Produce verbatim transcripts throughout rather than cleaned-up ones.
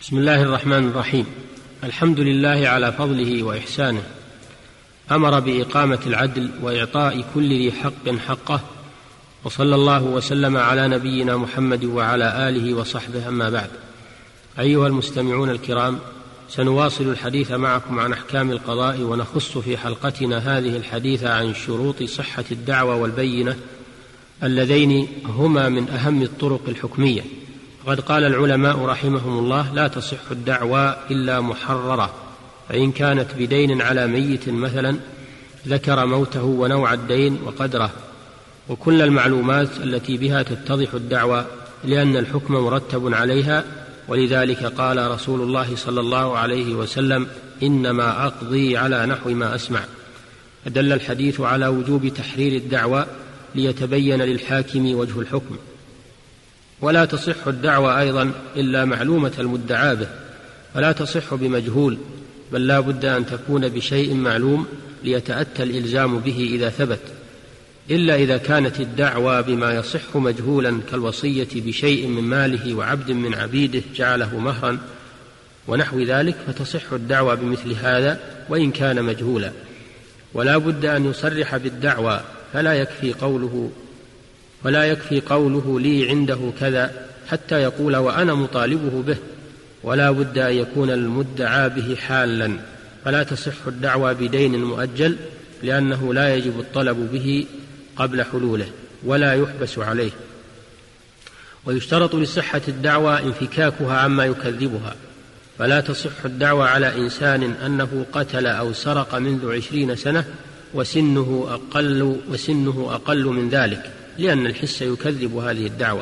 بسم الله الرحمن الرحيم. الحمد لله على فضله وإحسانه، أمر بإقامة العدل وإعطاء كل ذي حق حقه، وصلى الله وسلم على نبينا محمد وعلى آله وصحبه، أما بعد. أيها المستمعون الكرام، سنواصل الحديث معكم عن أحكام القضاء، ونخص في حلقتنا هذه الحديث عن شروط صحة الدعوى والبينة، اللذين هما من أهم الطرق الحكمية. وقد قال العلماء رحمهم الله: لا تصح الدعوى إلا محررة، فإن كانت بدين على ميت مثلا ذكر موته ونوع الدين وقدره وكل المعلومات التي بها تتضح الدعوى، لأن الحكم مرتب عليها. ولذلك قال رسول الله صلى الله عليه وسلم: إنما أقضي على نحو ما أسمع. فدل الحديث على وجوب تحرير الدعوى ليتبين للحاكم وجه الحكم. ولا تصح الدعوى أيضا إلا معلومة المدعى به، فلا تصح بمجهول، بل لا بد أن تكون بشيء معلوم ليتأتى الإلزام به إذا ثبت، إلا إذا كانت الدعوى بما يصح مجهولا، كالوصية بشيء من ماله وعبد من عبيده جعله مهرا ونحو ذلك، فتصح الدعوى بمثل هذا وإن كان مجهولا. ولا بد أن يصرح بالدعوى، فلا يكفي قوله ولا يكفي قوله لي عنده كذا حتى يقول وأنا مطالبه به، ولا بد أن يكون المدعى به حالا، فلا تصح الدعوى بدين مؤجل، لأنه لا يجب الطلب به قبل حلوله ولا يحبس عليه. ويشترط لصحة الدعوى انفكاكها عما يكذبها، فلا تصح الدعوى على إنسان أنه قتل أو سرق منذ عشرين سنة وسنه أقل, وسنه أقل من ذلك، لأن الحس يكذب هذه الدعوة.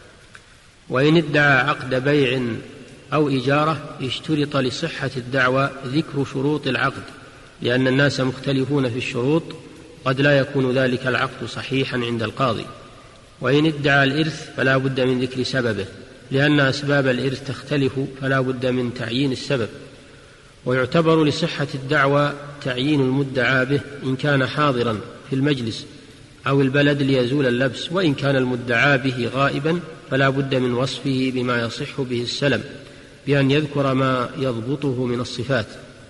وإن ادعى عقد بيع أو إجارة اشترط لصحة الدعوى ذكر شروط العقد، لأن الناس مختلفون في الشروط، قد لا يكون ذلك العقد صحيحا عند القاضي. وإن ادعى الإرث فلا بد من ذكر سببه، لأن أسباب الإرث تختلف، فلا بد من تعيين السبب. ويعتبر لصحة الدعوى تعيين المدعى به إن كان حاضرا في المجلس أو البلد ليزول اللبس، وإن كان المدعى به غائبا فلا بد من وصفه بما يصح به السلم، بأن يذكر ما يضبطه من الصفات.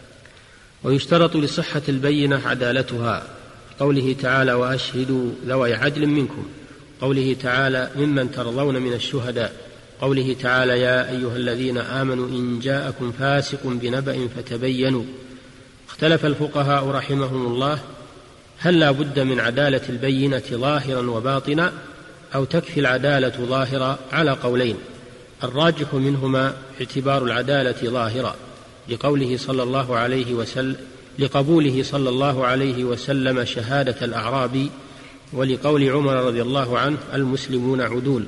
ويشترط لصحة البينة عدالتها، قوله تعالى: وأشهدوا ذوي عدل منكم، قوله تعالى: ممن ترضون من الشهداء، قوله تعالى: يا أيها الذين آمنوا إن جاءكم فاسق بنبأ فتبينوا. اختلف الفقهاء رحمهم الله هل لا بد من عدالة البينة ظاهرا وباطنا، أو تكفي العدالة ظاهرا، على قولين. الراجح منهما اعتبار العدالة ظاهرا، لقوله صلى الله عليه وسلم لقبوله صلى الله عليه وسلم شهادة الأعرابي، ولقول عمر رضي الله عنه: المسلمون عدول.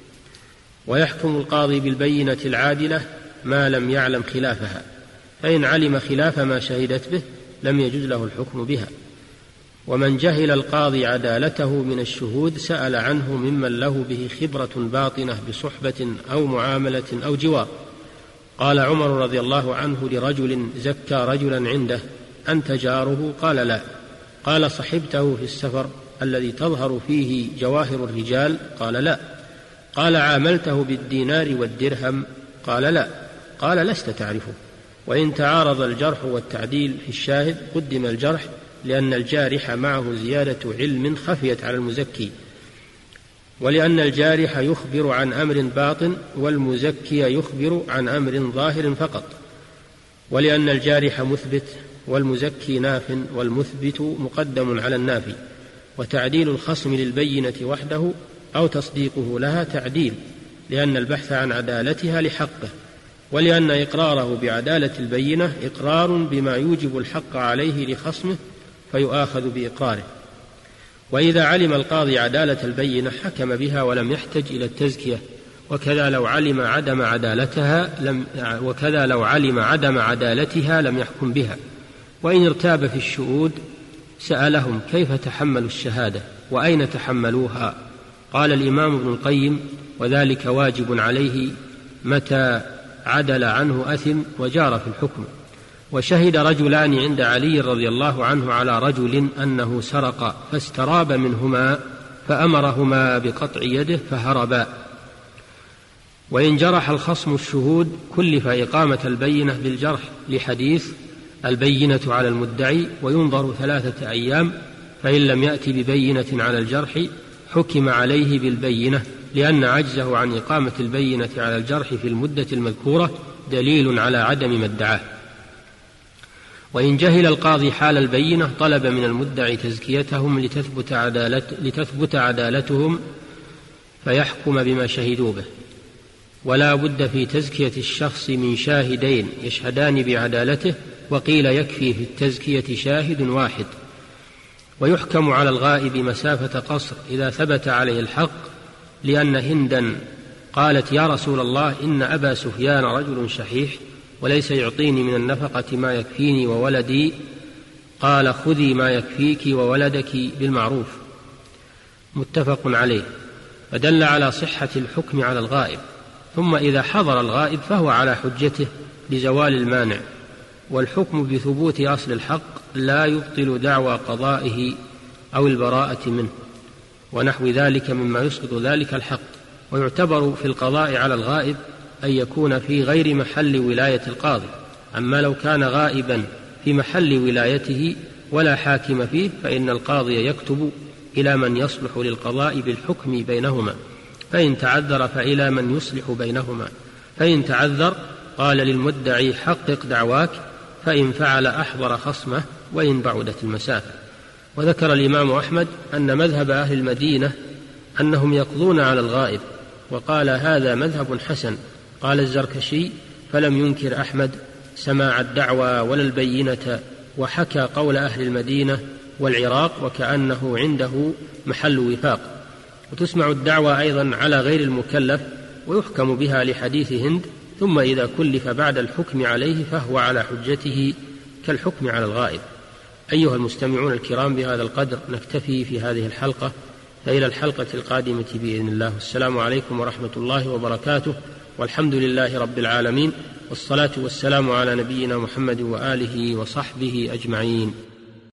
ويحكم القاضي بالبينة العادلة ما لم يعلم خلافها، فإن علم خلاف ما شهدت به لم يجوز له الحكم بها. ومن جهل القاضي عدالته من الشهود سأل عنه ممن له به خبرة باطنة بصحبة أو معاملة أو جوار. قال عمر رضي الله عنه لرجل زكى رجلا عنده: أنت جاره؟ قال لا. قال: صحبته في السفر الذي تظهر فيه جواهر الرجال؟ قال لا. قال: عاملته بالدينار والدرهم؟ قال لا. قال: لست تعرفه. وإن تعارض الجرح والتعديل في الشاهد قدم الجرح، لأن الجارح معه زيادة علم خفيت على المزكي، ولأن الجارح يخبر عن أمر باطن والمزكي يخبر عن أمر ظاهر فقط، ولأن الجارح مثبت والمزكي ناف، والمثبت مقدم على النافي. وتعديل الخصم للبينة وحده أو تصديقه لها تعديل، لأن البحث عن عدالتها لحقه، ولأن إقراره بعدالة البينة إقرار بما يوجب الحق عليه لخصمه فيؤاخذ بإقراره. وإذا علم القاضي عدالة البينة حكم بها ولم يحتج إلى التزكية، وكذا لو علم عدم عدالتها لم وكذا لو علم عدم عدالتها لم يحكم بها. وإن ارتاب في الشهود سألهم كيف تحملوا الشهادة وأين تحملوها؟ قال الإمام ابن القيم: وذلك واجب عليه متى عدل عنه أثم وجار في الحكم. وشهد رجلان عند علي رضي الله عنه على رجل أنه سرق، فاستراب منهما فأمرهما بقطع يده فهربا. وإن جرح الخصم الشهود كلف إقامة البينة بالجرح لحديث البينة على المدعي وينظر ثلاثة أيام، فإن لم يأت ببينة على الجرح حكم عليه بالبينة، لأن عجزه عن إقامة البينة على الجرح في المدة المذكورة دليل على عدم ما ادعاه. وإن جهل القاضي حال البينة طلب من المدعي تزكيتهم لتثبت, عدالت لتثبت عدالتهم فيحكم بما شهدوا به، ولا بد في تزكية الشخص من شاهدين يشهدان بعدالته، وقيل يكفي في التزكية شاهد واحد. ويحكم على الغائب مسافة قصر إذا ثبت عليه الحق، لأن هندا قالت يا رسول الله إن أبا سفيان رجل شحيح وليس يعطيني من النفقة ما يكفيني وولدي، قال خذي ما يكفيك وولدك بالمعروف، متفق عليه، فدل على صحة الحكم على الغائب. ثم إذا حضر الغائب فهو على حجته لزوال المانع، والحكم بثبوت أصل الحق لا يبطل دعوى قضائه أو البراءة منه ونحو ذلك مما يسقط ذلك الحق. ويعتبر في القضاء على الغائب أن يكون في غير محل ولاية القاضي، أما لو كان غائبا في محل ولايته ولا حاكم فيه فإن القاضي يكتب إلى من يصلح للقضاء بالحكم بينهما، فإن تعذر فإلى من يصلح بينهما، فإن تعذر قال للمدعي حقق دعواك، فإن فعل أحضر خصمه وإن بعدت المسافة. وذكر الإمام أحمد أن مذهب أهل المدينة أنهم يقضون على الغائب، وقال هذا مذهب حسن. قال الزركشي فلم ينكر أحمد سماع الدعوى ولا البينة، وحكى قول أهل المدينة والعراق وكأنه عنده محل وفاق. وتسمع الدعوى أيضا على غير المكلف ويحكم بها لحديث هند، ثم إذا كلف بعد الحكم عليه فهو على حجته كالحكم على الغائب. أيها المستمعون الكرام، بهذا القدر نكتفي في هذه الحلقة، فإلى الحلقة القادمة بإذن الله. السلام عليكم ورحمة الله وبركاته، والحمد لله رب العالمين، والصلاة والسلام على نبينا محمد وآله وصحبه أجمعين.